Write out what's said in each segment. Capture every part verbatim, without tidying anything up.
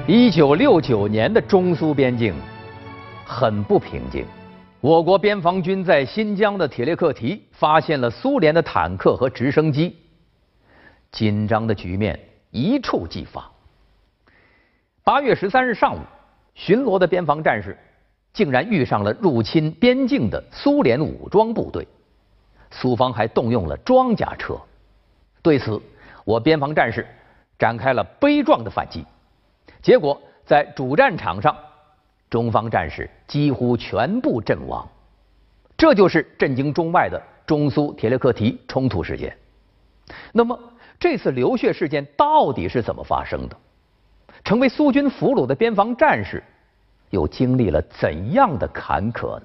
一九六九年的中苏边境很不平静，我国边防军在新疆的铁列克提发现了苏联的坦克和直升机，紧张的局面一触即发。八月十三日上午，巡逻的边防战士竟然遇上了入侵边境的苏联武装部队，苏方还动用了装甲车。对此，我边防战士展开了悲壮的反击，结果在主战场上，中方战士几乎全部阵亡。这就是震惊中外的中苏铁列克提冲突事件。那么，这次流血事件到底是怎么发生的？成为苏军俘虏的边防战士又经历了怎样的坎坷呢？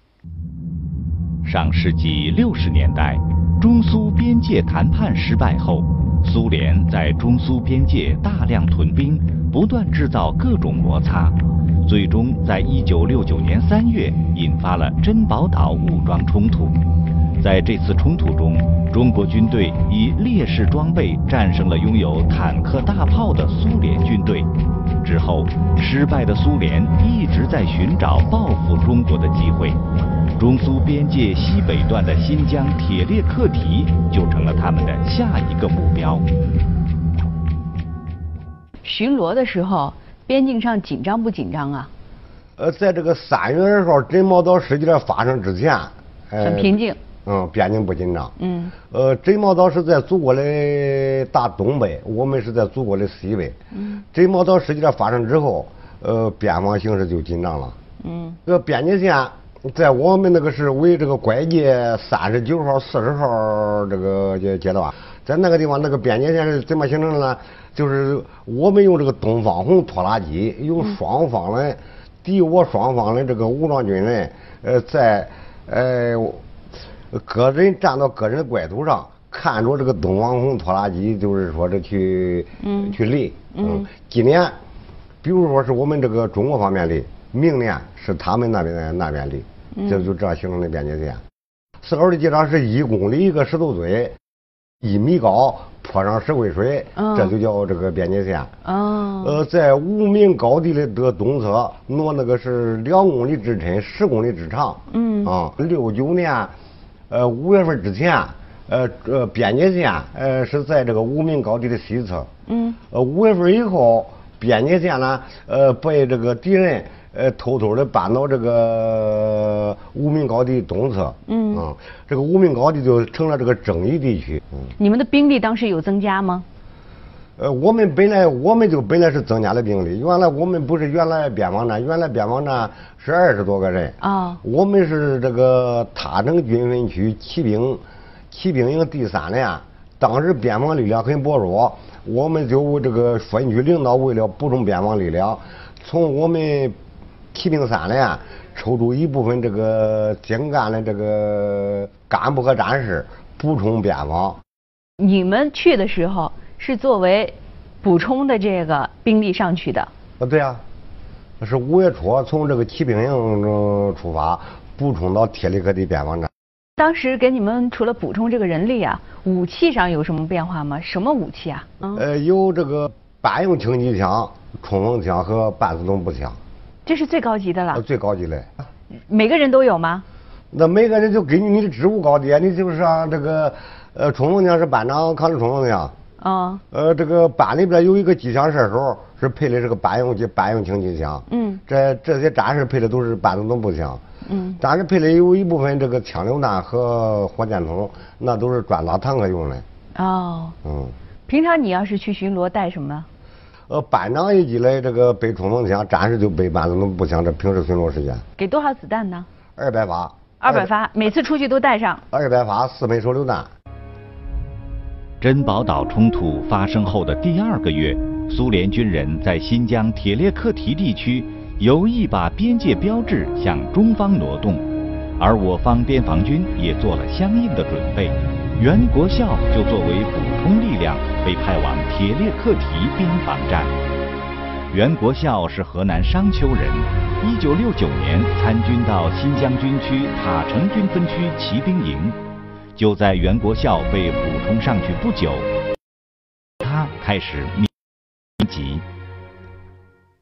上世纪六十年代，中苏边界谈判失败后，苏联在中苏边界大量屯兵，不断制造各种摩擦，最终在一九六九年三月引发了珍宝岛武装冲突。在这次冲突中，中国军队以劣势装备战胜了拥有坦克大炮的苏联军队。之后，失败的苏联一直在寻找报复中国的机会。中苏边界西北段的新疆铁列克提就成了他们的下一个目标。 巡逻的时候，边境上紧张不紧张啊？ 呃，在这个三月二号珍宝岛事件发生之前， 呃、很平静。 嗯，边境不紧张。 嗯。 呃，珍宝岛是在祖国的大东北，我们是在祖国的西北。嗯。珍宝岛事件发生之后，呃，边防形势就紧张了。嗯。这个边界线在我们那个是为这个拐界三十九号、四十号这个阶阶段，在那个地方，那个边界线是怎么形成的呢？就是我们用这个东方红拖拉机，用双方的敌我双方的这个武装军人，呃，在呃。个人站到个人的怪土上，看着这个东方红拖拉机，就是说这去嗯去立嗯。今年，比如说是我们这个中国方面立，明年是他们那边那边立，这就这样形成的边界线。四号的机场是一公里一个石头堆，一米高，坡上石灰水，这就叫这个边界线。哦。呃，在五米高地的的东侧，挪那个是两公里之深，十公里之长。嗯。啊，六九年。呃，五月份之前，呃呃，边界线呃是在这个五名高地的西侧。嗯。呃，五月份以后，边界线呢，呃，被这个敌人呃偷偷的搬到这个五名高地东侧。嗯。啊，这个五名高地就成了这个争议地区。嗯。 你们的兵力当时有增加吗？ 呃，我们本来我们就本来是增加了兵力，原来我们不是原来边防站，原来边防站是二十多个人啊，哦、我们是这个塔城军分区骑兵骑兵营第三连，当时边防力量很薄弱，我们就这个分区领导为了补充边防力量，从我们骑兵三连抽出一部分这个精干的这个干部和战士补充边防。 你们去的时候是作为补充的这个兵力上去的啊？对啊，是五月初从这个骑兵营出发，补充到铁列克提边防站。 当时给你们除了补充这个人力啊，武器上有什么变化吗？什么武器啊？ 嗯、呃，有这个半用轻机枪、冲锋枪和半自动步枪。 这是最高级的了。 呃、最高级的。 每个人都有吗？ 那每个人就根据你的职务高低，你就是像这个呃冲锋枪是班长扛着冲锋枪。啊，呃，这个班里边有一个机枪射手，是配的这个半用机半用轻机枪。嗯，这这些战士配的都是半自动步枪。嗯，战士配的有一部分这个枪榴弹和火箭筒，那都是专打坦克用的。 哦，嗯，平常你要是去巡逻带什么？ 呃，班长一进来这个背冲锋枪，战士就背半自动步枪，这平时巡逻时间。 给多少子弹呢？ 二百发。 二百发，每次出去都带上。 二百发，四枚手榴弹。 珍宝岛冲突发生后的第二个月，苏联军人在新疆铁列克提地区有意把边界标志向中方挪动，而我方边防军也做了相应的准备。袁国孝就作为补充力量被派往铁列克提边防站。袁国孝是河南商丘人，一九六九年参军到新疆军区塔城军分区骑兵营。就在袁国孝被补充上去不久，他开始密集。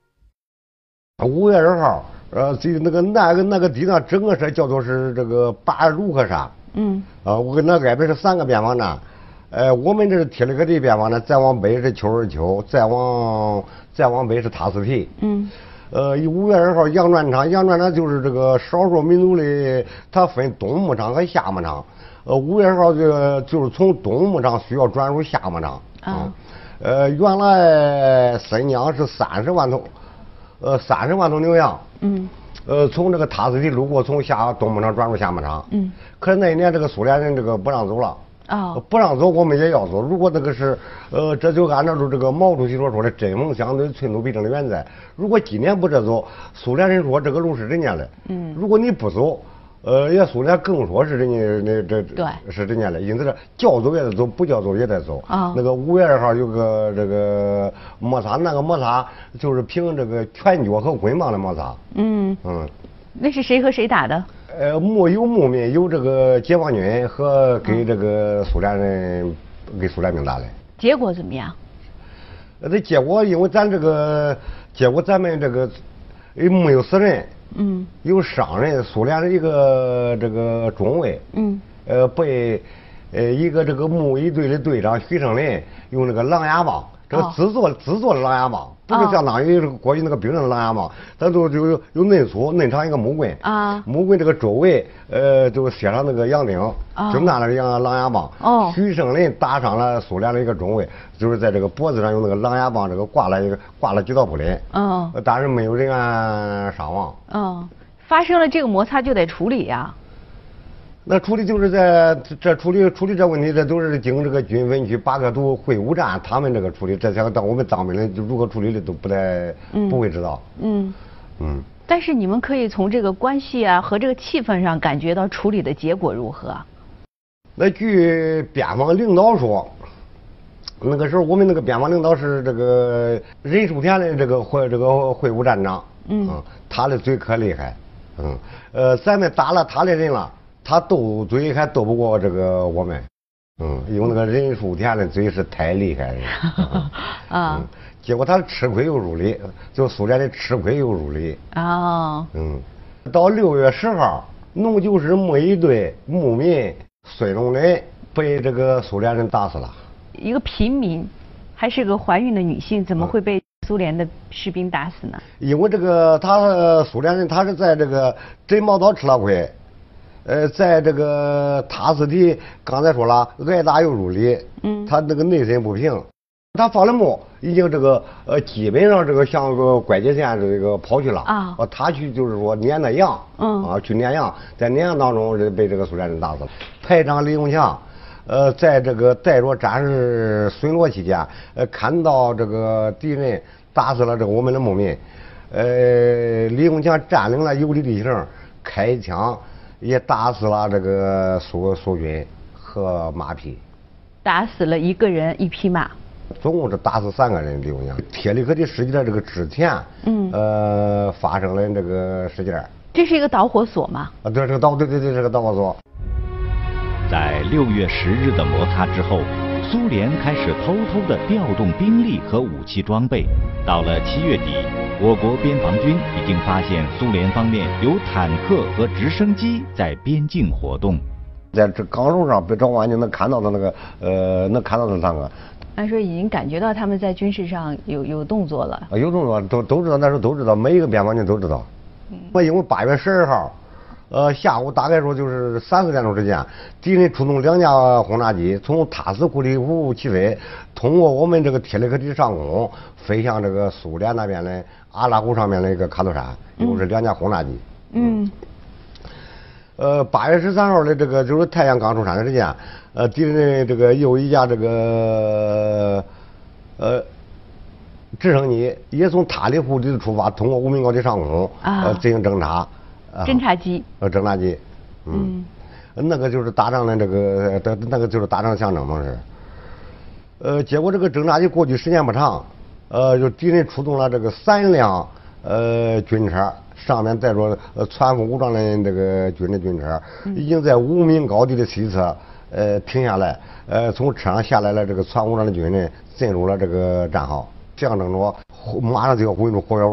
五月二号，呃，这那个那个那个地方整个是叫做是这个八如河山。嗯。啊，我跟那外边是三个边防站，呃，我们这是铁力克地边防站，再往北是丘尔丘，再往再往北是塔斯提。嗯。呃，五月二号杨转场，杨转场就是这个少数民族的，它分东牧场和下牧场。呃，五月二号就就是从东牧场需要转入下牧场。啊。呃，原来新疆是三十万头，呃，三十万头牛羊。嗯。呃，从这个塔斯提路过，从下东牧场转入下牧场。嗯。可是那一年这个苏联人这个不让走了。啊。不让走，我们也要走。如果那个是，呃，这就按照这个毛主席所说的“针锋相对，寸土必争”的原则。如果今年不这走，苏联人说这个路是人家的。嗯。如果你不走，呃，也苏联更说是人家那这对是人家的。因此这叫走也得走，不叫走也得走。啊。那个五月二号有个这个摩擦，那个摩擦就是凭这个拳脚和棍棒的摩擦。嗯嗯。 那是谁和谁打的？ 呃，木有牧民，有这个解放军和给这个苏联人，给苏联兵打的。 结果怎么样？ 呃，这结果因为咱这个结果咱们这个没有死人，嗯，有伤人。苏联的一个这个中尉，嗯，呃，被呃一个这个木一队的队长徐胜林用那个狼牙棒。这个制作制作的狼牙棒，不是相当于这个过去那个冰刃狼牙棒，它都就有有嫩粗嫩长一个木棍啊，木棍这个周围呃就写上那个洋钉，就那了样狼牙棒。哦，徐胜林打伤了苏联的一个中尉，就是在这个脖子上用那个狼牙棒这个挂了一个挂了几道布林。嗯，但是没有人员伤亡。 嗯，发生了这个摩擦就得处理呀。 那处理就是在这处理处理这问题，这都是经这个军分区八个图会务站他们这个处理，这些当我们当兵的如何处理的都不太、嗯、不会知道。嗯嗯。但是你们可以从这个关系啊和这个气氛上感觉到处理的结果如何？ 那据边防领导说，那个时候我们那个边防领导是这个任树田的这个会这个会务站长，嗯，嗯他的嘴可厉害，嗯呃咱们打了他的人了。他斗嘴还斗不过这个我们，嗯，因为那个任树田的嘴是太厉害了，啊、嗯，结果他吃亏又入里，就苏联的吃亏又入里。哦，嗯，到六月十号，农九师木一队牧民孙荣仁被这个苏联人打死了。 一个平民，还是个怀孕的女性，怎么会被苏联的士兵打死呢？ 因为这个他苏联人他是在这个真毛岛吃了亏。呃，在这个塔斯提，刚才说了，挨打又入里，嗯，他那个内心不平，他放了牧，已经这个呃，基本上这个向个拐界线这个跑去了啊，啊，他去就是说撵那羊，嗯，啊，去撵羊，在撵羊当中是被这个苏联人打死了。排长李永强，呃，在这个带着战士巡逻期间，呃，看到这个敌人打死了这个我们的牧民，呃，李永强占领了有利地形，开枪。也打死了这个苏苏军和马匹， 打死了一个人一匹马， 总共是打死三个人。李永强铁力克的事件这个之前，嗯，呃，发生了这个事件。 这是一个导火索吗？ 啊，对，这个导对对对，这个导火索。 在六月十日的摩擦之后，苏联开始偷偷地调动兵力和武器装备。到了七月底，我国边防军已经发现苏联方面有坦克和直升机在边境活动。 在这钢路上，被照完就能看到的那个，呃，能看到的坦克。 按说已经感觉到他们在军事上有有动作了。 啊，有动作，都都知道，那时候都知道，每一个边防军都知道。嗯。我因为八月十二号。呃，下午大概说就是三四点钟之间，敌人出动两架轰炸机，从塔斯库里夫起飞，通过我们这个铁力克地上空，飞向这个苏联那边的阿拉湖上面的一个喀图山，又是两架轰炸机。嗯。呃，八月十三号的这个就是太阳刚出山的时间，呃，敌人这个又一架这个呃直升机也从塔里湖里出发，通过乌名高地上空呃进行侦察。 侦察机， 呃，侦察机，嗯，嗯那个就是打仗的这个，那那个就是打仗象征嘛是。呃，结果这个侦察机过去时间不长，呃，就敌人出动了这个三辆呃军车，上面带着呃全副武装的这个军的军车，嗯、已经在无名高地的西侧呃停下来，呃，从车上下来了这个全武装的军人进入了这个战壕，象征着马上就要混出火药味了。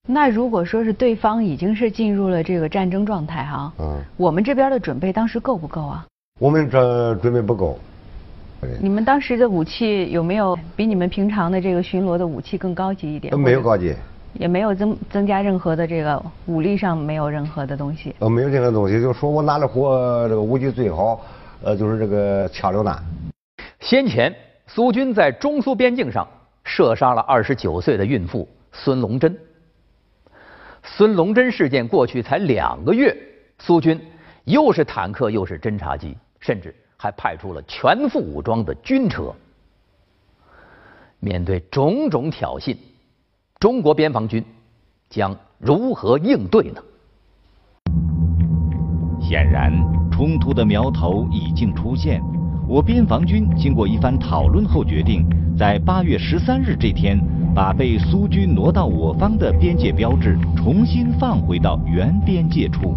那如果说是对方已经是进入了这个战争状态哈，嗯，我们这边的准备当时够不够啊？ 我们这准备不够。 你们当时的武器有没有比你们平常的这个巡逻的武器更高级一点？ 没有高级， 也没有增增加任何的这个武力上没有任何的东西。 呃，没有任何东西，就说我拿的货这个武器最好，呃，就是这个枪榴弹。 先前苏军在中苏边境上射杀了二十九岁的孕妇孙龙珍。孙龙珍事件过去才两个月，苏军又是坦克又是侦察机，甚至还派出了全副武装的军车。面对种种挑衅，中国边防军将如何应对呢？ 显然，冲突的苗头已经出现。我边防军经过一番讨论后，决定在八月十三日这天，把被苏军挪到我方的边界标志重新放回到原边界处。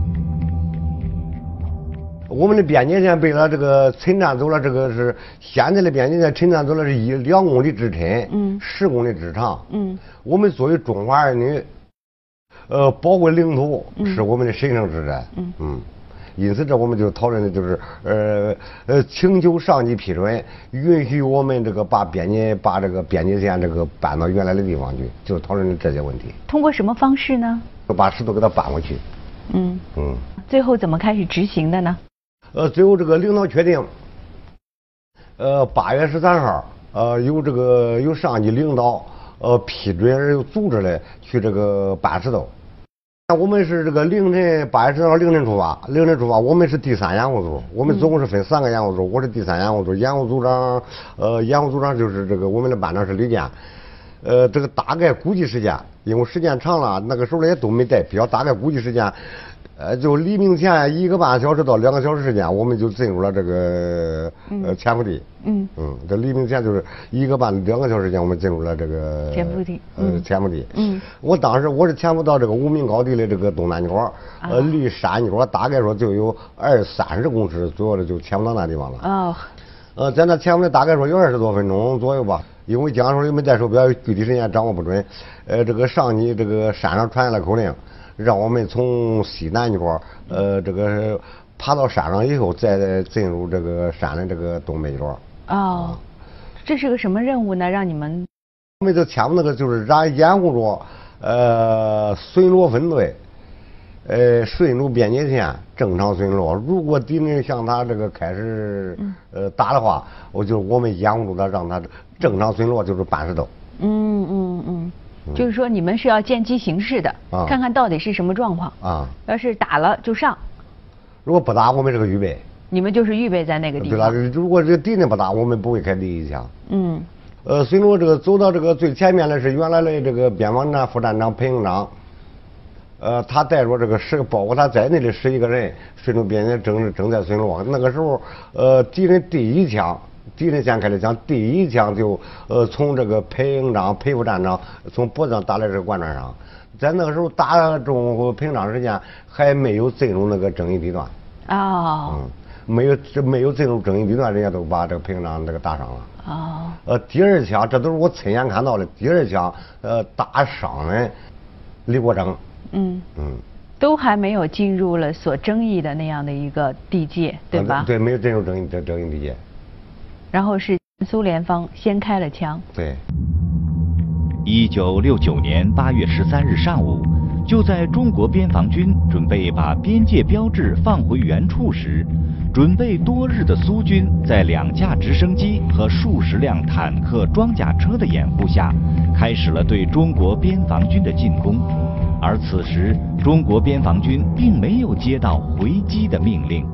我们的边界线被了这个侵占走了，这个是现在的边界线侵占走了是一两公里之深，嗯，十公里之长，嗯，我们作为中华儿女，呃，保卫领土是我们的神圣之责，嗯嗯，因此这我们就讨论的就是呃呃请求上级批准，允许我们这个把边界把这个边界线这个搬到原来的地方去，就讨论的这些问题。 通过什么方式呢？ 把石头给它搬过去。 嗯嗯。最后怎么开始执行的呢？ 呃，最后这个领导确定，呃，八月十三号，呃，由这个由上级领导呃批准而又组织的去这个搬石头。我们是这个凌晨八月十三号凌晨出发，凌晨出发，我们是第三掩护组，我们总共是分三个掩护组，我是第三掩护组，掩护组长，呃，掩护组长就是这个我们的班长是李健。呃，这个大概估计时间，因为时间长了，那个时候也都没带表，大概估计时间。呃，就黎明前一个半小时到两个小时时间，我们就进入了这个呃潜伏地。嗯嗯，这黎明前就是一个半两个小时时间，我们进入了这个潜伏地。 呃，潜伏地。嗯，我当时我是潜伏到这个无名高地的这个东南角，呃，离山角大概说就有二三十公尺左右的，就潜伏到那地方了。哦。呃，在那潜伏的大概说有二十多分钟左右吧，因为讲说也没带手表，具体时间掌握不准。呃，这个上级这个山上传下来口令。让我们从西南角，呃，这个爬到山上以后，再进入这个山的这个东北角。 哦，这是个什么任务呢？让你们？ 我们就前面那个就是让掩护着，呃，巡逻分队，呃，顺着边界线正常巡逻。如果敌人向他这个开始呃打的话，我就我们掩护住他，让他正常巡逻，就是搬石头。 嗯嗯嗯。就是说你们是要见机行事的，啊、看看到底是什么状况啊。要是打了就上， 如果不打，我们是个预备。 你们就是预备在那个地方。 对了，如果这个敌人不打，我们不会开第一枪。嗯。呃，随着这个走到这个最前面的是原来的这个边防站副站长裴营长，呃，他带着这个十个，包括他在内的十一个人，顺着边界正正在巡逻。那个时候，呃，敌人第一枪。敌人先开的枪，第一枪就呃从这个裴营长、裴副站长从脖子上打在这个贯穿上，在那个时候打中裴营长之前还没有进入那个争议地段。哦。嗯，没有这没有进入争议地段，人家都把这个裴营长这个打伤了。哦。呃，第二枪这都是我亲眼看到的，第二枪呃打伤了李国正。嗯嗯。都还没有进入了所争议的那样的一个地界，对吧？ 对，没有进入争议的争议地界。 然后是苏联方先开了枪。 对。 一九六九年八月十三日上午，就在中国边防军准备把边界标志放回原处时，准备多日的苏军在两架直升机和数十辆坦克装甲车的掩护下，开始了对中国边防军的进攻。而此时，中国边防军并没有接到回击的命令。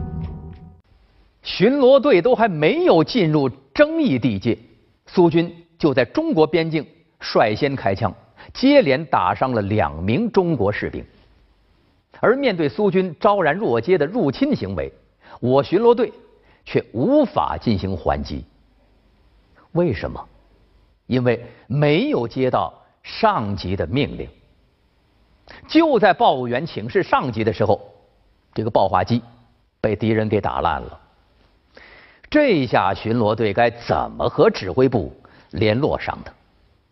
巡逻队都还没有进入争议地界，苏军就在中国边境率先开枪，接连打伤了两名中国士兵。而面对苏军昭然若揭的入侵行为，我巡逻队却无法进行还击。为什么？因为没有接到上级的命令。就在报务员请示上级的时候，这个报话机被敌人给打烂了。这下巡逻队该怎么和指挥部联络上的？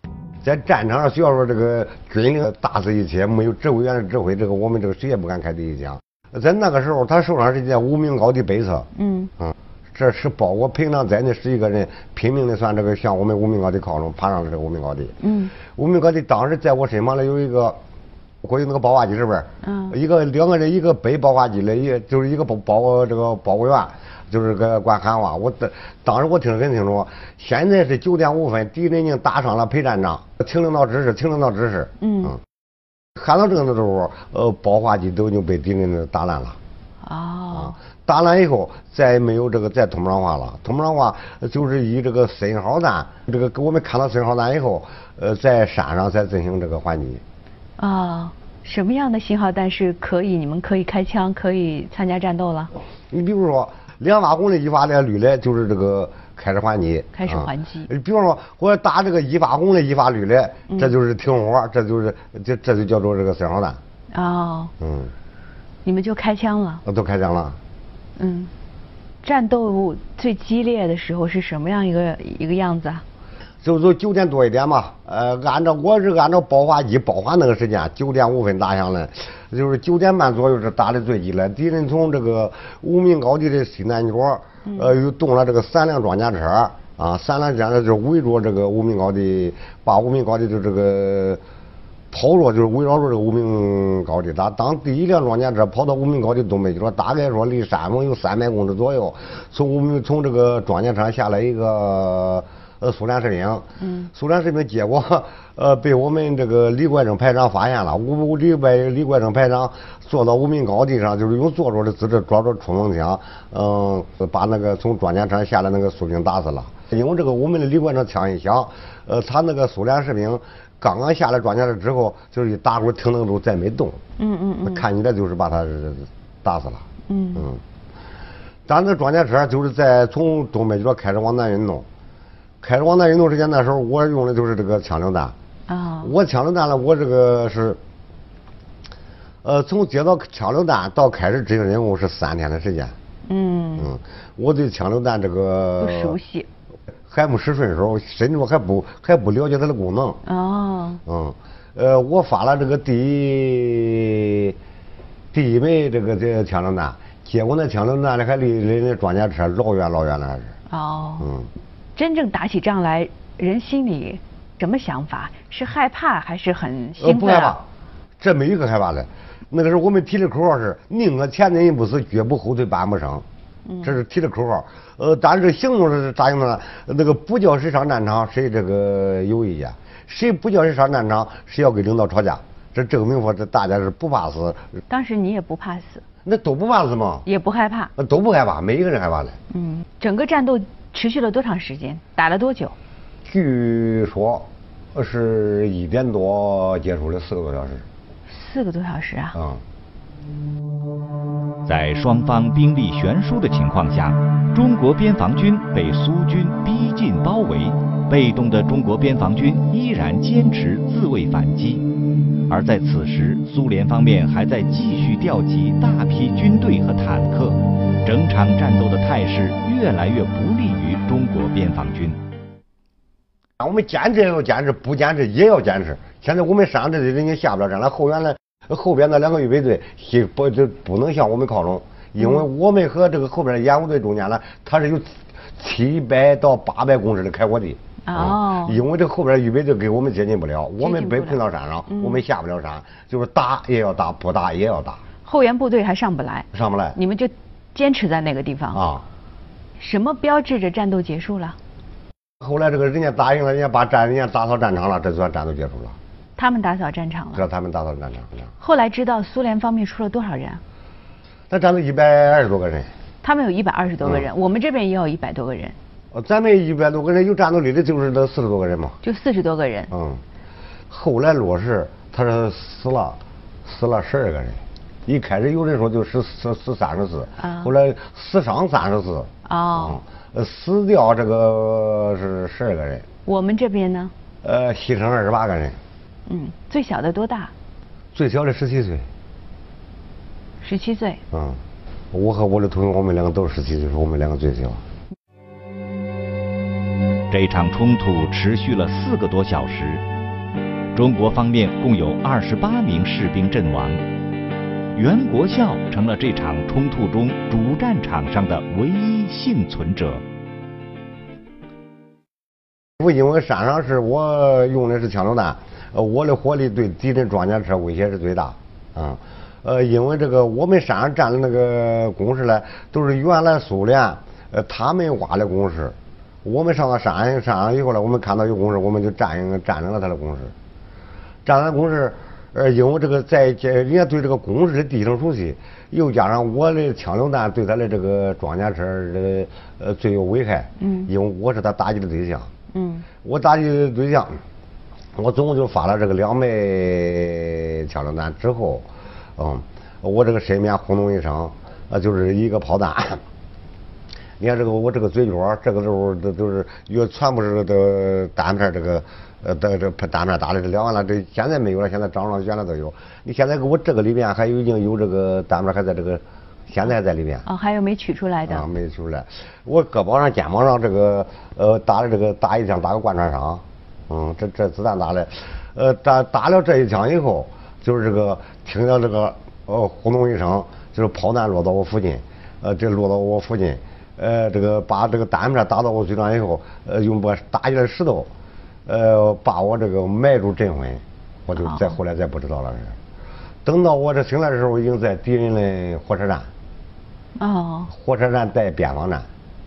在战场上需要说这个军令大司一切，没有指挥员的指挥，这个我们这个谁也不敢开第一枪。在那个时候，他受伤是在无名高地北侧，嗯嗯，这是包括平常在内十一个人拼命的算这个向我们无名高地靠拢，爬上了这个无名高地。嗯，无名高地当时在我身旁呢有一个。过去那个保滑机是不是？嗯，一个两个人，一个背保滑机的，一就是一个保保这个保卫员，就是个管喊话。我当时我听得很清楚。现在是九点五分，敌人已经打上了裴站长，请领导指示，请领导指示。嗯，嗯喊到这个的时候，呃，保滑机都已经被敌人打烂了。哦。啊，打烂以后，再没有这个再通不上话了。通不上话，就是以这个信号弹，这个我们看到信号弹以后，呃，在山上再进行这个还击。 啊、哦，什么样的信号弹是可以你们可以开枪可以参加战斗了？ 你比如说两发红的一发的绿的，就是这个开始还击。 开始还击。 啊、比方说我要打这个一发红的一发绿的，嗯、这就是停火，这就是这这就叫做这个信号弹。 哦。嗯。你们就开枪了？ 都开枪了。 嗯。战斗最激烈的时候是什么样一个一个样子啊？ 就是说九点多一点嘛，呃，按照我是按照保滑机保滑那个时间，九点五分打响了，就是九点半左右是打的最激烈。敌人从这个无名高地的西南角，呃，又动了这个三辆装甲车，啊，三辆装甲车就围着这个无名高地，把无名高地的这个跑着，就是围绕着这个无名高地打。当第一辆装甲车跑到无名高地东北角，大概说离山峰有三百公尺左右，从无名从这个装甲车下来一个。呃，苏联士兵，嗯，苏联士兵结果，呃，被我们这个李国正排长发现了。吴李外李国正排长坐到无名高地上，就是用坐着的姿势抓着冲锋枪，嗯，把那个从装甲车下来那个苏兵打死了。因为这个我们的李国正枪一响，呃，他那个苏联士兵刚刚下来装甲车之后，就是一打鼓停顿住再没动，嗯嗯嗯，看起来就是把他打死了，嗯嗯。咱这装甲车就是在从东北角开始往南运动。开始往南运动之前，那时候我用的就是这个枪榴弹。啊。我枪榴弹呢，我这个是，呃，从接到枪榴弹到开始执行任务是三天的时间。嗯。嗯，我对枪榴弹这个不熟悉， 还没使顺手，甚至我还不还不了解它的功能。哦。嗯，呃，我发了这个第一第一枚这个这个枪榴弹，结果那枪榴弹呢还离离那装甲车老远老远了，还是。哦。嗯。 真正打起仗来，人心里什么想法？是害怕还是很兴奋、啊呃？ 不害怕，这没一个害怕的。那个时候我们提的口号是“宁可前进一步死，绝不后退半步生”，这是提的口号。呃，但是行动是咋样的呢？那个不叫谁上战场，谁这个有意见；谁不叫谁上战场，谁要跟领导吵架。这证明说这大家是不怕死。 当时你也不怕死？ 那都不怕死吗？ 也不害怕？ 都不害怕，没一个人害怕的。 嗯，整个战斗持续了多长时间？打了多久？ 据说是一点多结束了，四个多小时。 四个多小时啊！ 嗯。 在双方兵力悬殊的情况下，中国边防军被苏军逼近包围，被动的中国边防军依然坚持自卫反击。而在此时，苏联方面还在继续调集大批军队和坦克，整场战斗的态势越来越不利于中国边防军。 我们坚持也要坚持，不坚持也要坚持。现在我们山上这些人已经下不了山了，后援呢，后边那两个预备队不就不能向我们靠拢，因为我们和这个后边的掩护队中间呢，它是有七百到八百公尺的开阔地。哦、嗯，因为这后边预备队给我们接近不了，我们被困到山上，嗯、我们下不了山，就是打也要打，不打也要打。 后援部队还上不来， 上不来， 你们就坚持在那个地方啊。什么标志着战斗结束了？ 后来这个人家打赢了，人家把战人家打扫战场了，这算战斗结束了。 他们打扫战场了？ 知道他们打扫战场。 后来知道苏联方面出了多少人？ 那战斗一百二十多个人。 他们有一百二十多个人，嗯、我们这边也有一百多个人。 咱们一百多个人有战斗力的，就是那四十多个人嘛。 就四十多个人。 嗯。后来落实，他是死了，死了十二个人。一开始有人说就死死死三十四，啊、后来死伤三十四。哦。嗯、死掉这个是十二个人。 我们这边呢？ 呃，牺牲二十八个人。 嗯，最小的多大？ 最小的十七岁。 十七岁。 嗯，我和我的同学，我们两个都是十七岁，我们两个最小。 这场冲突持续了四个多小时， 中国方面共有二十八名士兵阵亡，袁国孝成了这场冲突中主战场上的唯一幸存者。 我因为山上是我用的是枪榴弹，呃，我的火力对敌人装甲车威胁是最大，啊、嗯，呃，因为这个我们山上占的那个工事呢，都是原来苏联呃他们挖的工事，我们上到山山上以后呢，我们看到有工事，我们就占领占领了他的工事，占了工事，呃，因为这个在人家对这个工事的地形熟悉，又加上我的枪榴弹对他的这个装甲车这个呃最有危害，嗯，因为我是他打击的对象。嗯，我打击的对象，我总共就发了这个两枚枪榴弹之后，嗯，我这个身边轰隆一声，呃，就是一个炮弹。你看这个我这个嘴角，这个时候都都是有全部是的单片，这个呃的这单片打的这两完了，这现在没有了，现在长上原来都有。你现在给我这个里面还有已经有这个单片还在这个。现在在里面哦，还有没取出来的啊？没取出来。我胳膊上、肩膀上这个呃打的这个打一枪打个贯穿伤，嗯，这这子弹打的，呃打打了这一枪以后，就是这个听到这个呃轰隆一声，就是炮弹落到我附近，呃这落到我附近，呃这个把这个弹片打到我嘴上以后，呃用把打起来石头，呃把我这个埋住镇魂，我就再后来再不知道了是。等到我这醒来的时候，已经在敌人的火车站。哦，火车站带边防站。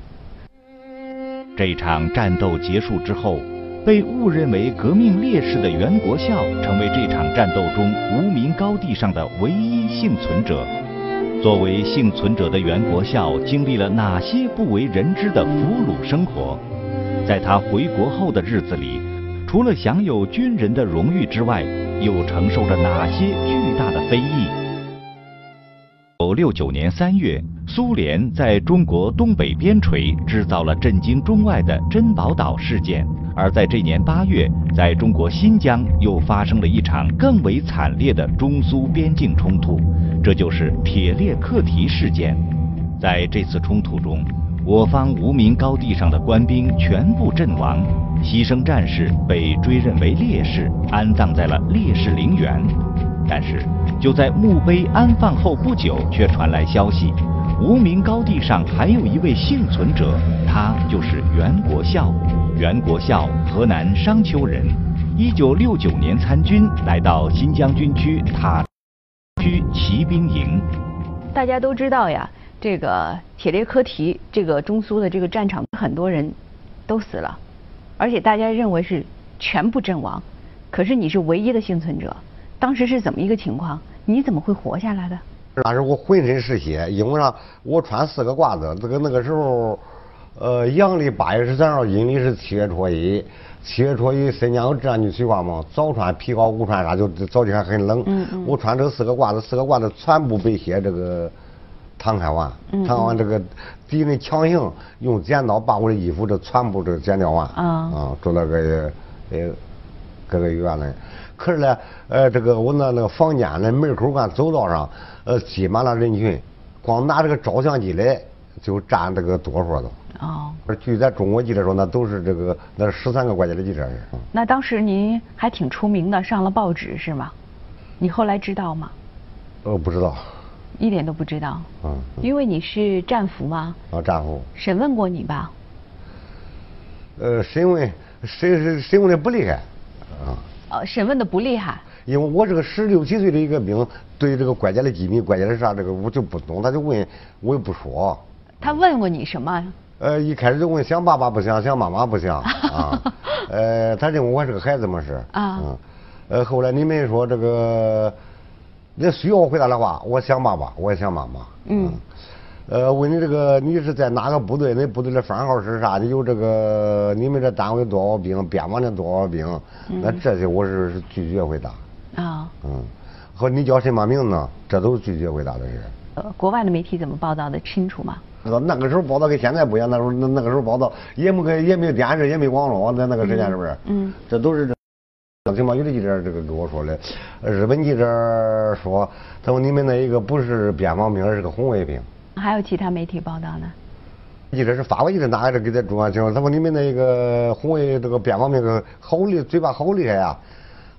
这场战斗结束之后，被误认为革命烈士的袁国孝成为这场战斗中无名高地上的唯一幸存者。作为幸存者的袁国孝，经历了哪些不为人知的俘虏生活？在他回国后的日子里，除了享有军人的荣誉之外，又承受着哪些巨大的非议？一九六九年三月，苏联在中国东北边陲制造了震惊中外的珍宝岛事件，而在这年八月，在中国新疆又发生了一场更为惨烈的中苏边境冲突，这就是铁列课题事件。在这次冲突中，我方无名高地上的官兵全部阵亡，牺牲战士被追认为烈士，安葬在了烈士陵园。但是就在墓碑安放后不久，却传来消息，无名高地上还有一位幸存者，他就是袁国孝。袁国孝，河南商丘人，一九六九年参军，来到新疆军区塔区骑兵营。 大家都知道呀，这个铁列科提这个中苏的这个战场，很多人都死了，而且大家认为是全部阵亡，可是你是唯一的幸存者。当时是怎么一个情况？你怎么会活下来的？ 那时候我浑身是血，因为上我穿四个褂子。这个那个时候，呃，阳历八月十三号，阴历是七月初一。七月初一，新疆有这样句俗话嘛，早穿皮袄，午穿纱，就早起还很冷。嗯嗯。我穿这四个褂子，四个褂子全部被血这个淌开完，淌开完这个敌人强行用剪刀把我的衣服这全部这剪掉完。啊。啊，做那个呃各个医院呢。可是呢，呃，这个我那那个房间的门口干走道上，呃，挤满了人群，光拿这个照相机来就占这个多数都。哦。据咱中国记者说，那都是这个那十三个国家的记者。 那当时您还挺出名的，上了报纸是吗？你后来知道吗？ 呃，不知道。 一点都不知道。嗯。因为你是战俘吗？ 啊，战俘。 审问过你吧？ 呃，审问审审审问的不厉害，啊。 呃，审问的不厉害， 因为我这个十六七岁的一个兵，对这个国家的机密、国家的啥，这个我就不懂，他就问，我也不说。 他问过你什么？ 呃，一开始就问想爸爸不想，想妈妈不想啊。呃，他认为我是个孩子嘛是啊。嗯。呃，后来你们说这个，那需要我回答的话，我想爸爸，我也想妈妈。嗯。嗯呃，问你这个，你是在哪个部队？那部队的番号是啥？你有这个，你们这单位多少兵？边防的多少兵？嗯、那这些我是是拒绝回答。啊、哦。嗯。和你叫什么名字？这都是拒绝回答的事。 呃，国外的媒体怎么报道的清楚吗？ 那个时候报道跟现在不一样，那时候那那个时候报道也没跟也没有电视，也没网络，在那个时间是不是？嗯。这都是这情报局的记者这个跟我说的。日本记者说，他说你们那一个不是边防兵，而是个红卫兵。 还有其他媒体报道呢？ 记者是法国记者拿着给他中央情况，他说你们那个红卫这个边防兵好厉，嘴巴好厉害呀！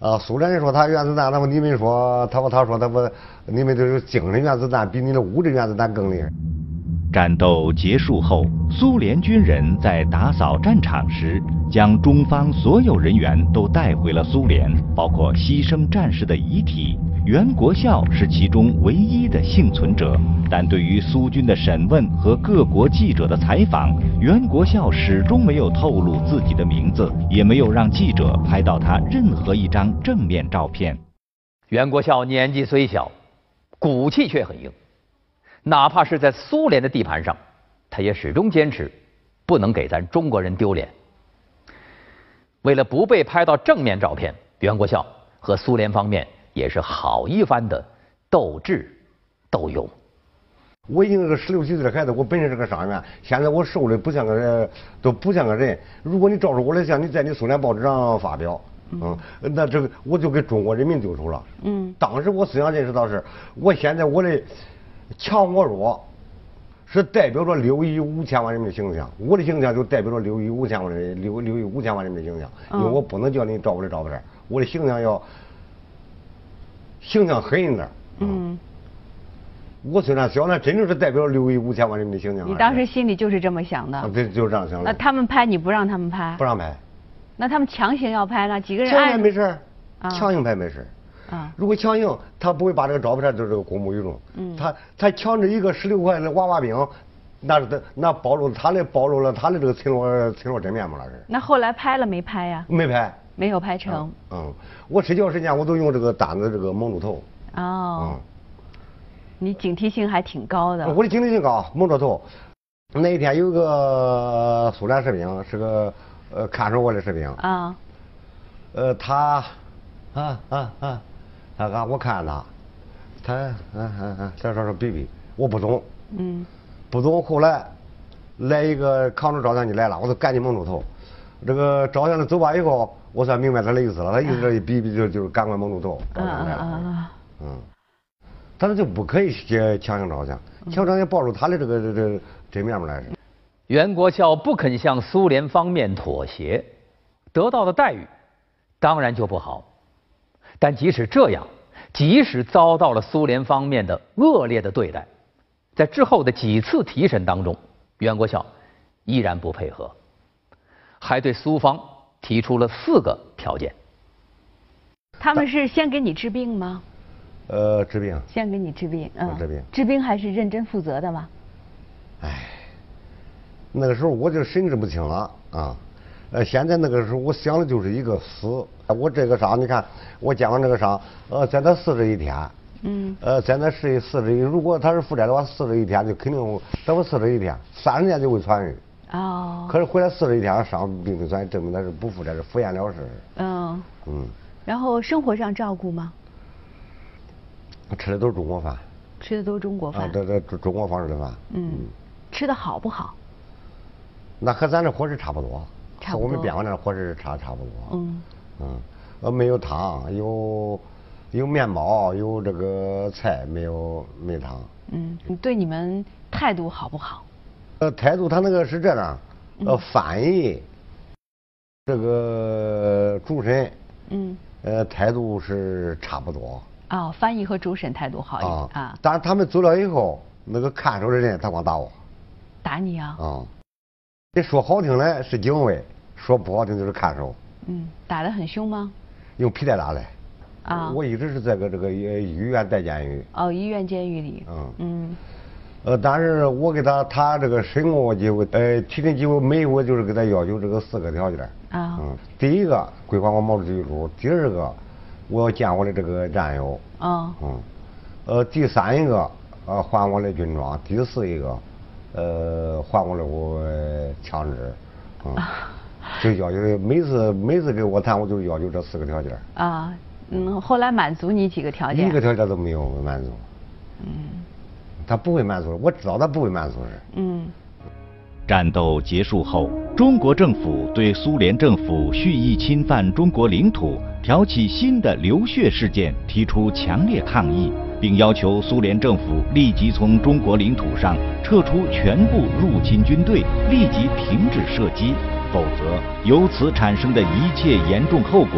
啊，苏联人说他原子弹，那么你们说，他说他说他不，你们都有精神原子弹，比你的物质原子弹更厉害。 战斗结束后，苏联军人在打扫战场时，将中方所有人员都带回了苏联，包括牺牲战士的遗体。袁国孝是其中唯一的幸存者，但对于苏军的审问和各国记者的采访，袁国孝始终没有透露自己的名字，也没有让记者拍到他任何一张正面照片。 袁国孝年纪虽小，骨气却很硬，哪怕是在苏联的地盘上，他也始终坚持不能给咱中国人丢脸。为了不被拍到正面照片，袁国孝和苏联方面也是好一番的斗智斗勇。 我已经是个十六七岁的孩子，我本身是个伤员，现在我瘦的不像个人，都不像个人。如果你照着我的相，你在你苏联报纸上发表，嗯，那这个我就给中国人民丢丑了。嗯，当时我思想认识到是，我现在我的强我弱，是代表着六亿五千万人民的形象，我的形象就代表着六亿五千万人六六亿五千万人民的形象，因为我不能叫你照我的照片，我的形象要。形象狠一点，嗯，我虽然小，那真正是代表六亿五千万人民的形象。 你当时心里就是这么想的？ 啊，对，就是这样想的。 那他们拍你不让他们拍？ 不让拍。 那他们强行要拍呢？几个人？ 强行没事，强行拍没事。 啊。 如果强行，他不会把这个照片就这个公布于众。嗯。他他强制一个十六块的娃娃兵，那是他那暴露他的暴露了他的这个村落村落真面目了是。 那后来拍了没拍呀？ 没拍。 没有拍成。 嗯，嗯我睡觉时间我都用这个单子这个蒙住头。 哦。嗯。你警惕性还挺高的。 我的警惕性高，蒙着头。那一天有个苏联士兵，是个呃看守我的士兵。啊。呃，他，啊啊啊，他啊，我看他，他，嗯嗯嗯，他说说比比，我不懂。嗯。不懂，后来来一个扛着照相机来了，我就赶紧蒙住头。这个照相的走吧以后，我才明白他的意思了。他意思这一比比就就是赶快蒙住头。照相来了。嗯。但是就不可以强行照相，强行也暴露他的这个这这真面目来。 袁国孝不肯向苏联方面妥协，得到的待遇当然就不好。但即使这样，即使遭到了苏联方面的恶劣的对待，在之后的几次提审当中，袁国孝依然不配合，还对苏方提出了四个条件。 他们是先给你治病吗？ 呃，治病。 先给你治病，嗯， 治病。 治病还是认真负责的吗？ 哎，那个时候我就神志不清了啊。呃，现在那个时候我想的就是一个死。我这个伤，你看我肩膀这个伤，呃，在那四十一天。嗯。呃，在那是四十一，如果他是负债的话，四十一天就肯定，等我四十一天，三十年就会痊愈。哦。可是回来四十一天伤病就算证明他是不负债，是敷衍了事。 嗯。嗯。然后生活上照顾吗？ 吃的都是中国饭， 吃的都是中国饭， 啊，这这中国方式的饭。 嗯，吃的好不好？ 那和咱这伙食差不多， 差不多。 和我们边防这伙食差差不多。嗯嗯，呃，没有汤，有有面包，有这个菜，没有没汤。 嗯，你对你们态度好不好？ 呃，态度他那个是这样，呃，翻译，这个主审，嗯，呃，态度是差不多。 啊、哦，翻译和主审态度好一点啊。啊当然，他们走了以后，那个看守的人他光打我。 打你啊？ 啊、嗯，这说好听的是警卫，说不好听就是看守。 嗯，打得很凶吗？ 用皮带打的。 啊。 我一直是在个这个医院待监狱。 哦，医院监狱里。 嗯。嗯。呃，但是我给他他这个审过机会，呃，提审机会每回就是给他要求这个四个条件。啊。嗯，第一个归还我毛主席遗嘱，第二个。我要见我的这个战友。哦。嗯。呃，第三一个，呃，还我的军装；第四一个，呃，还我的我枪支。嗯。就要求每次每次给我谈，我就要求这四个条件。 啊，嗯，后来满足你几个条件？ 一个条件都没有满足。嗯。他不会满足，我知道他不会满足是。嗯。 战斗结束后，中国政府对苏联政府蓄意侵犯中国领土、挑起新的流血事件提出强烈抗议，并要求苏联政府立即从中国领土上撤出全部入侵军队，立即停止射击，否则由此产生的一切严重后果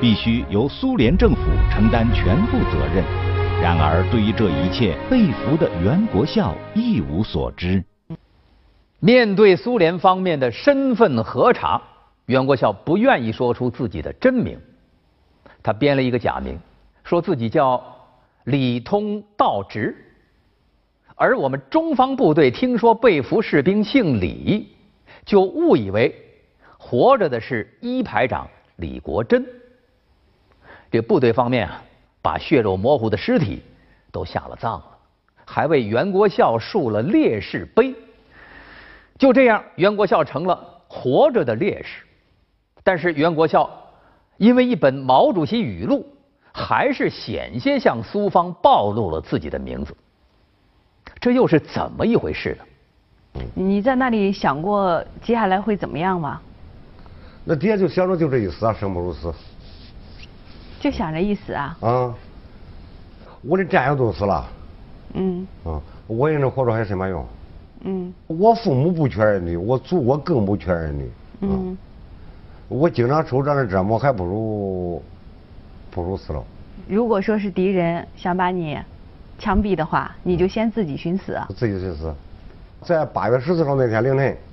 必须由苏联政府承担全部责任。然而，对于这一切，被俘的袁国孝一无所知。 面对苏联方面的身份核查，袁国孝不愿意说出自己的真名，他编了一个假名，说自己叫李通道直。而我们中方部队听说被俘士兵姓李，就误以为活着的是一排长李国珍。这部队方面啊，把血肉模糊的尸体都下了葬了，还为袁国孝树了烈士碑。就这样，袁国孝成了活着的烈士。但是袁国孝因为一本毛主席语录，还是险些向苏方暴露了自己的名字。这又是怎么一回事呢？ 你在那里想过接下来会怎么样吗？ 那爹就想着就这一死啊，生不如死。 就想着一死啊？ 啊，我的战友都死了。 嗯。 啊，我一人活着还有什么用？ 嗯。 我父母不缺儿女，我祖国更不缺儿女。 嗯。 我经常受这样的折磨，还不如不如死了。 如果说是敌人想把你枪毙的话，你就先自己寻死啊。 自己寻死。在八月十四号那天凌晨，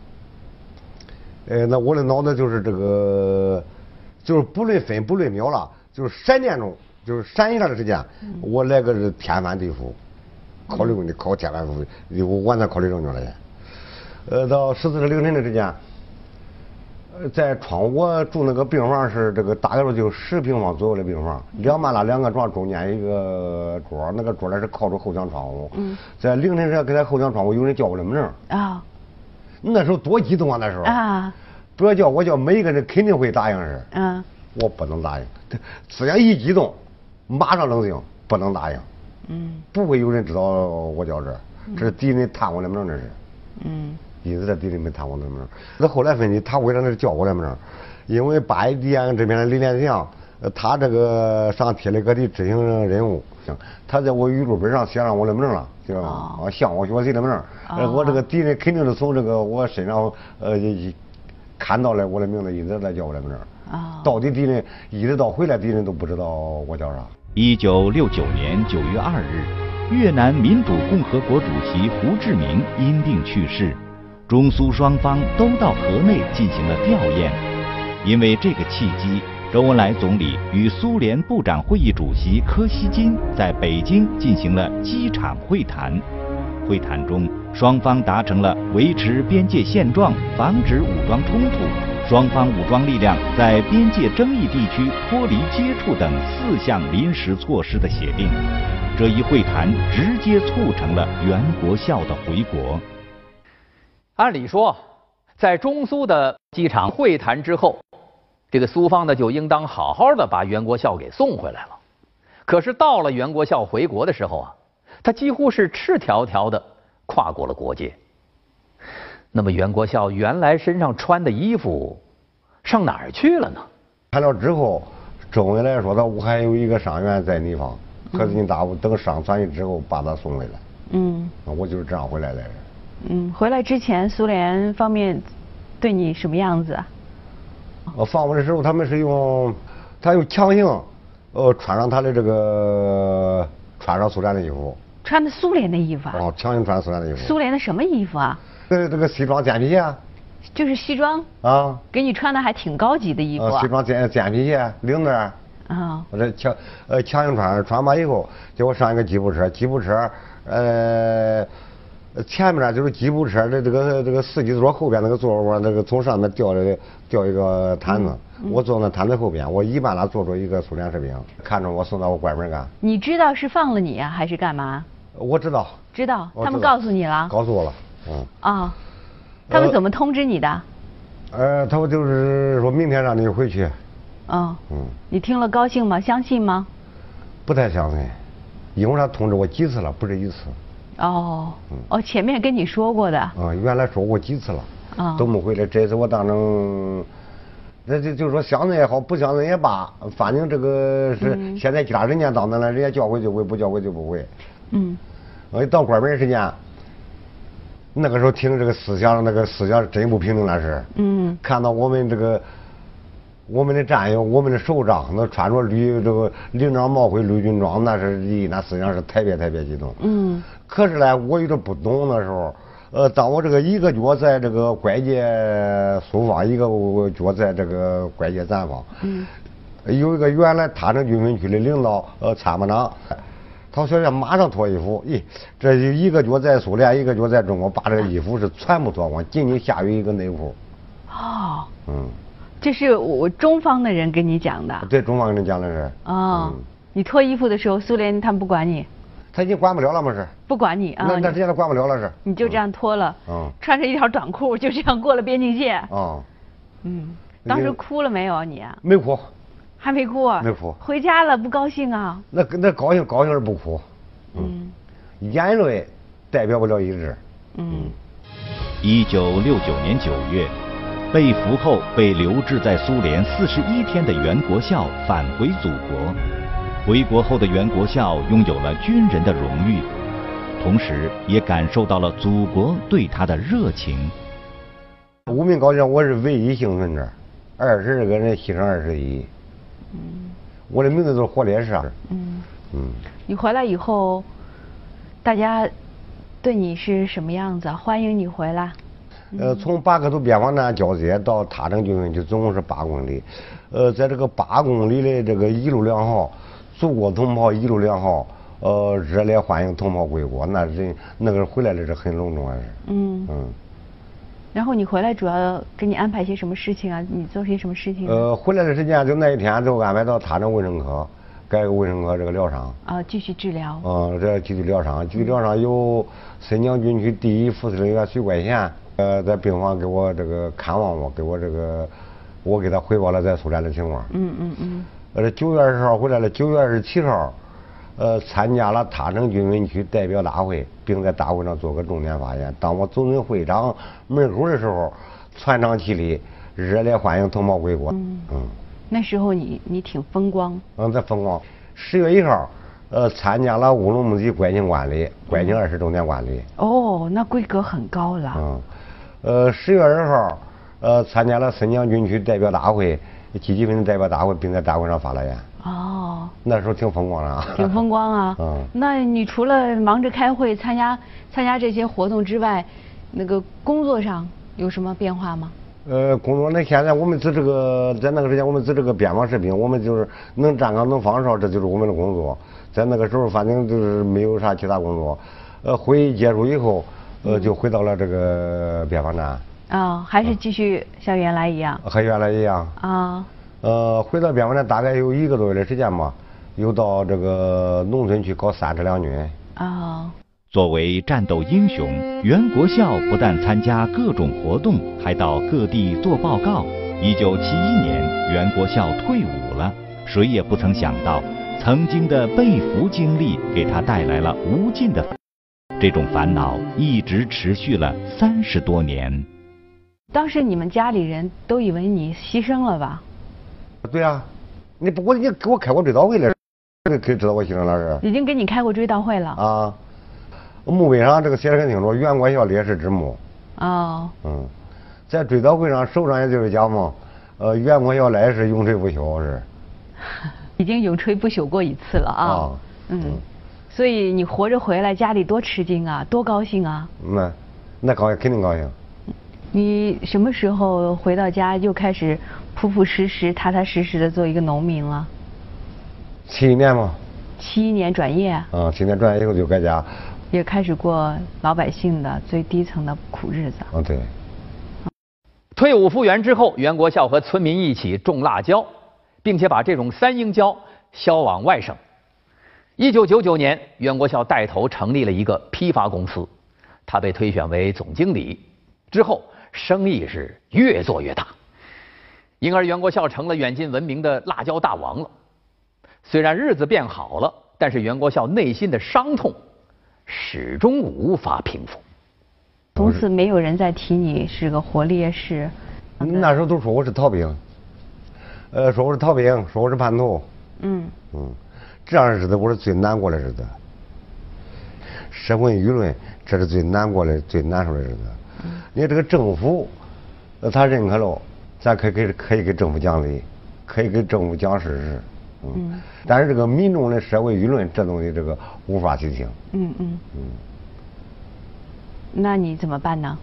呃，那我的脑袋就是这个，就是不论分不论秒了，就是闪电中，就是闪一下的时间，嗯、我来个是天翻地覆，考虑问题考天翻地覆，我完全考虑正确了也。呃，到十四日凌晨的时间，呃，在窗我住那个病房是这个大概就十平方左右的病房，两半拉两个床，中间一个桌，那个桌呢是靠着后墙窗户。嗯。在凌晨时给他后墙窗户有人叫我的名。啊。那时候多激动啊！那时候。啊。不要叫我叫，每一个人肯定会答应是。嗯。我不能答应，只要一激动，马上冷静，不能答应。嗯。不会有人知道我叫这，这是敌人探我的名，这是。嗯。因此，这敌人没探我的名。那后来分析，他为啥那叫我的名？因为八一连这边的李连祥，他这个上铁雷克地执行任务，他在我语录本上写上我的名了，知道吗？啊，向我学习的名。哦、我这个敌人肯定是从这个我身上呃看到了我的名字，因此才叫我的名。哦、到底敌人一直到回来，敌人都不知道我叫啥。 一九六九年九月二日，越南民主共和国主席胡志明因病去世。中苏双方都到河内进行了吊唁，因为这个契机，周恩来总理与苏联部长会议主席柯西金在北京进行了机场会谈。会谈中，双方达成了维持边界现状、防止武装冲突、双方武装力量在边界争议地区脱离接触等四项临时措施的协定。这一会谈直接促成了袁国孝的回国。 按理说，在中苏的机场会谈之后，这个苏方呢就应当好好的把袁国孝给送回来了。可是到了袁国孝回国的时候啊，他几乎是赤条条的跨过了国界。那么袁国孝原来身上穿的衣服上哪儿去了呢？ 谈了之后，周恩来说的我还有一个伤员在你方，可是你答复等伤痊愈之后把他送回来。嗯，我就是这样回来的。 嗯，回来之前，苏联方面对你什么样子啊？ 呃，放我的时候，他们是用，他用强行，呃，穿上他的这个，穿上苏联的衣服。 穿的苏联的衣服啊？ 哦，强行穿苏联的衣服。 苏联的什么衣服啊？ 呃，这个西装简皮鞋。 就是西装。啊。给你穿的还挺高级的衣服啊。 西装简简皮鞋，领带。啊。我这强呃强行穿，穿完以后，给我上一个吉普车，吉普车，呃。前面就是吉普车的这个这个司机座，后边那个座窝，那个从上面吊着吊一个毯子，嗯、我坐那毯子后边，我一般拉坐着一个苏联士兵，看着我送到我关门干。 你知道是放了你啊，还是干嘛？ 我知道。 知道，他们告诉你了。 告诉我了，嗯。 啊，他们怎么通知你的？ 呃，他们就是说明天让你回去。 哦。嗯。你听了高兴吗？相信吗？ 不太相信，因为他通知我几次了，不是一次。 哦，哦，前面跟你说过的。啊、 嗯，原来说过几次了，啊、都没回来。这次我当成，那就就是说相信也好，不相信也罢，反正这个是、嗯、现在家人家当的了，人家叫回就回，不叫回就不回。嗯。呃，到关门时间，那个时候听这个思想，那个思想真不平等那是。嗯。看到我们这个， 我们的战友，我们的首长，那穿着绿这个领章帽徽绿军装，那是一那思想是特别特别激动。嗯。可是呢，我有点不懂那时候。呃，当我这个一个脚在这个拐界苏方，一个脚在这个拐界咱方。嗯。有一个原来塔城军分区的领导，呃，参谋长，他说要马上脱衣服。咦，这就一个脚在苏联，一个脚在中国，把这个衣服是全部脱光，仅仅下于一个内裤。 哦。 嗯。 这是我中方的人跟你讲的。 对，中方人讲的是。 哦。嗯、你脱衣服的时候，苏联他们不管你。 他已经管不了了嘛是。 不管你啊。 那那现在管不了了是。 你就这样脱了。 嗯。 穿着一条短裤就这样过了边境线。 啊。 嗯。当时哭了没有啊你？ 没哭。 还没哭。 没哭。 回家了不高兴啊？ 那那高兴高兴而不哭。嗯。眼泪代表不了意志。 嗯。 一九六九年九月。被俘后被留置在苏联四十一天的袁国孝返回祖国，回国后的袁国孝拥有了军人的荣誉，同时也感受到了祖国对他的热情。 无名高粱，我是唯一幸存者，二十个人牺牲二十一。嗯，我的名字都是活烈士。 嗯嗯，你回来以后，大家对你是什么样子？欢迎你回来。 呃，从八克图边防站交接到塔城军分区总共是八公里，呃，在这个八公里的这个一路良好，祖国同胞一路良好，呃，热烈欢迎同胞归国，那人那个回来的是很隆重啊是。嗯嗯。 然后你回来主要给你安排些什么事情啊？你做些什么事情？ 呃，回来的时间就那一天就安排到塔城卫生科，改革卫生科这个疗伤。 啊，继续治疗。 嗯，这继续疗伤，继续疗伤有沈江军区第一副司令员徐怪贤。呃，在病房给我这个看望我，给我这个，我给他汇报了在苏联的情况。嗯嗯嗯。呃，九月二十号回来了，九月二十七号，呃，参加了塔城军分区代表大会，并在大会上做个重点发言。当我走进会场门口的时候，全场起立，热烈欢迎同胞归国。嗯嗯。 那时候你你挺风光。 嗯，在风光。十月一号。呃，参加了乌鲁木齐国庆观礼，国庆二十周年观礼。 哦，那规格很高了。 嗯，呃，十月二号，呃，参加了沈江军区代表大会，积极分子代表大会，并在大会上发了言。 哦。 那时候挺风光的。 挺风光啊。嗯。那你除了忙着开会、参加参加这些活动之外，那个工作上有什么变化吗？ 呃，工作那现在我们在这个在那个时间，我们在这个边防士兵，我们就是能站岗能放哨，这就是我们的工作。在那个时候，反正就是没有啥其他工作。呃，会议结束以后，呃，就回到了这个边防站。 啊、哦，还是继续像原来一样？ 和原来一样。 啊、哦。 呃，回到边防站大概有一个多月的时间吧，又到这个农村去搞三十两军。 啊、哦。 作为战斗英雄，袁国孝不但参加各种活动，还到各地做报告。一九七一年，袁国孝退伍了，谁也不曾想到。曾经的被俘经历给他带来了无尽的，这种烦恼一直持续了三十多年。 当时你们家里人都以为你牺牲了吧？ 对啊，你不我你给我开过追悼会了，可以知道我牺牲了是？ 已经给你开过追悼会了。 啊，墓碑上这个写的很清楚，袁国孝烈士之墓。 哦。嗯， 在追悼会上首长也就是讲嘛，呃，袁国孝来世永垂不朽是。 已经永垂不朽过一次了啊！哦、嗯，嗯所以你活着回来，家里多吃惊啊，多高兴啊！ 那那高兴，肯定高兴。 你什么时候回到家就开始朴朴实实、踏踏实实的做一个农民了？ 七年嘛。 七一年转业。 啊，七年转业以后就搁家。 也开始过老百姓的最低层的苦日子。 啊，对。 退伍复员之后，袁国孝和村民一起种辣椒。并且把这种三英椒销往外省。一九九九年，袁国孝带头成立了一个批发公司，他被推选为总经理。之后，生意是越做越大，因而袁国孝成了远近闻名的辣椒大王了。虽然日子变好了，但是袁国孝内心的伤痛始终无法平复。 从此没有人再提你是个活烈士。 那时候都说我是逃兵。呃，说我是逃兵，说我是叛徒。嗯嗯，这样的日子我是最难过的日子。社会舆论，这是最难过的、最难受的日子。嗯、你这个政府，呃，他认可了，咱可以给可以给政府奖励。 可以给政府讲事实。嗯。嗯但是这个民众的社会舆论这东西，这个无法去听。 嗯嗯嗯。那你怎么办呢？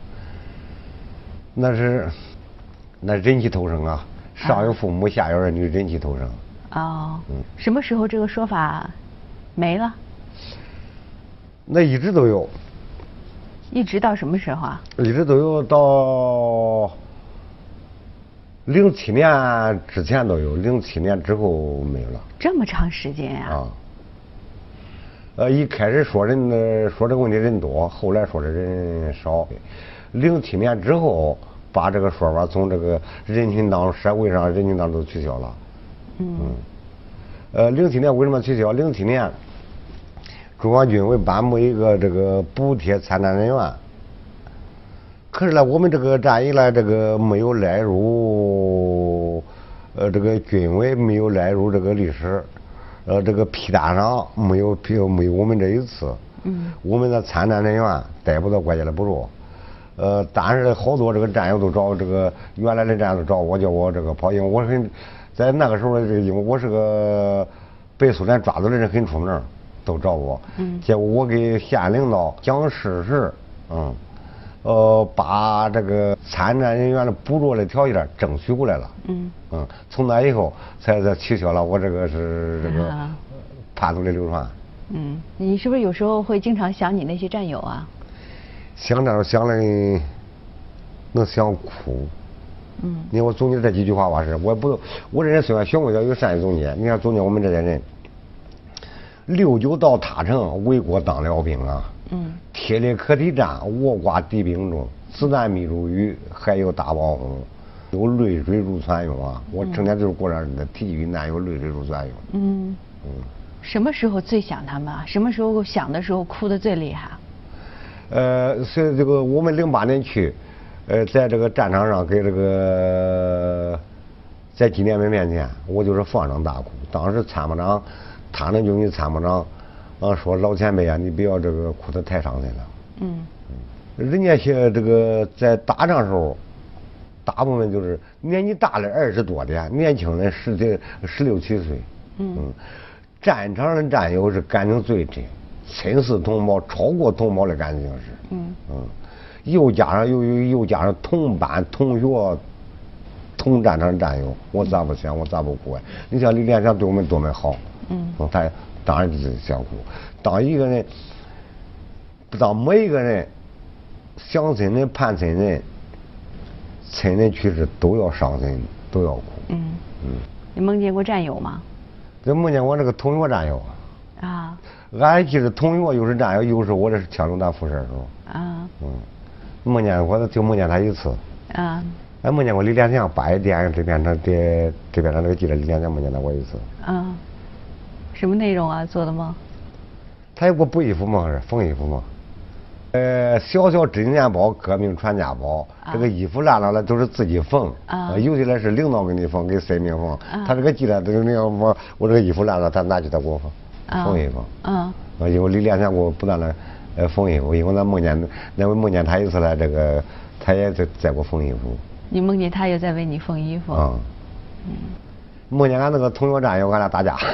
那是，那忍气吞声啊！上有父母，下有儿女，忍气吞声。 哦。嗯。什么时候这个说法没了？ 那一直都有。 一直到什么时候啊？ 一直都有到零七年之前都有，零七年之后没有了。 这么长时间呀？ 啊。呃，一开始说人的说这个问题人多，后来说的人少。零七年之后，把这个说法从这个人群当社会上人群当中都取消了。嗯。嗯呃，零七年为什么取消？零七年。中央军委颁布一个这个补贴参战人员，可是呢，我们这个战役呢，这个没有列入，呃，这个军委没有列入这个历史，呃，这个批单上没有批没有我们这一次。嗯。我们的参战人员得不到国家的补助，呃，但是好多这个战友都找这个原来的战友都找我，叫我这个跑，因为我很在那个时候，这个因为我是个被苏联抓走的人，很出名。都找我，嗯，结果我给县领导讲事实，嗯，呃，把这个参战人员的补助的条件争取过来了，嗯，嗯，从那以后才才取消了我这个是这个叛徒的流传。 嗯，你是不是有时候会经常想你那些战友啊？ 想那想的，能想哭。嗯，你看我总结这几句话吧，是我不，我这人虽然小国家有善于总结，你看总结我们这些人。六九到他城，为国当了兵啊！嗯，铁列可体战，我挂敌兵中，子弹密如雨，还有大炮轰，有泪水如泉涌啊！我成天就是过这的体育难有泪水如泉涌。嗯嗯，什么时候最想他们啊？什么时候想的时候哭得最厉害？ 呃，是这个我们零八年去，呃，在这个战场上给这个在纪念碑面前，我就是放声大哭。当时参谋长。他那军区参谋长，啊，说老前辈啊，你不要这个哭得太伤心了。嗯嗯，人家些这个在打仗时候，大部分就是年纪大了二十多的，年轻人十几十六七岁。嗯嗯，战场的战友是感情最真，亲似同胞，超过同胞的感情是。嗯嗯，又加上又又又加上同班同学。同战场战友，我咋不想，我咋不哭啊？你像李连强对我们多么好。嗯，他当然就是想哭。当一个人，当每一个人想亲人、盼亲人、亲人去世都要伤心，都要哭。嗯嗯。你梦见过战友吗？ 就梦见过这个同学战友啊。啊。俺还记得同学又是战友，又是我这是枪手弹辐射的时候。啊。嗯。梦见过，就梦见他一次。啊。俺梦见过李连强，八一电影这边上的这边上那个记者李连强梦见到过一次。啊。 什么内容啊？做的梦？ 他有个补衣服嘛，是缝衣服嘛。呃，小小知年包，革命传家宝。啊、这个衣服烂了了都是自己缝。啊、呃。有些呢是领导给你缝，给生命缝。啊、他这个记者，这个领导我我这个衣服烂了，他拿去他给我缝，啊、缝衣服。啊。啊，因为李连强给我不断的呃缝衣服，因为咱梦见那回梦见他一次了，这个他也在在给我缝衣服。 你梦见他又在为你缝衣服？啊。 嗯。梦见俺那个同学战友，俺俩打架。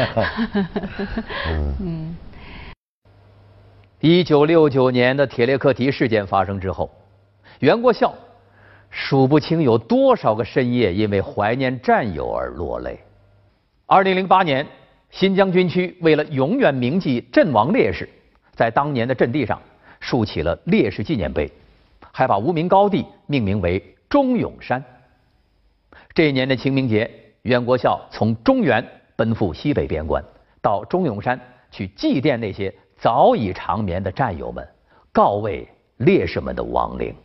嗯。一九六九年的铁列克提事件发生之后，袁国孝数不清有多少个深夜因为怀念战友而落泪。二零零八年，新疆军区为了永远铭记阵亡烈士，在当年的阵地上竖起了烈士纪念碑，还把无名高地命名为忠勇山。这一年的清明节，袁国孝从中原奔赴西北边关，到忠勇山去祭奠那些早已长眠的战友们，告慰烈士们的亡灵。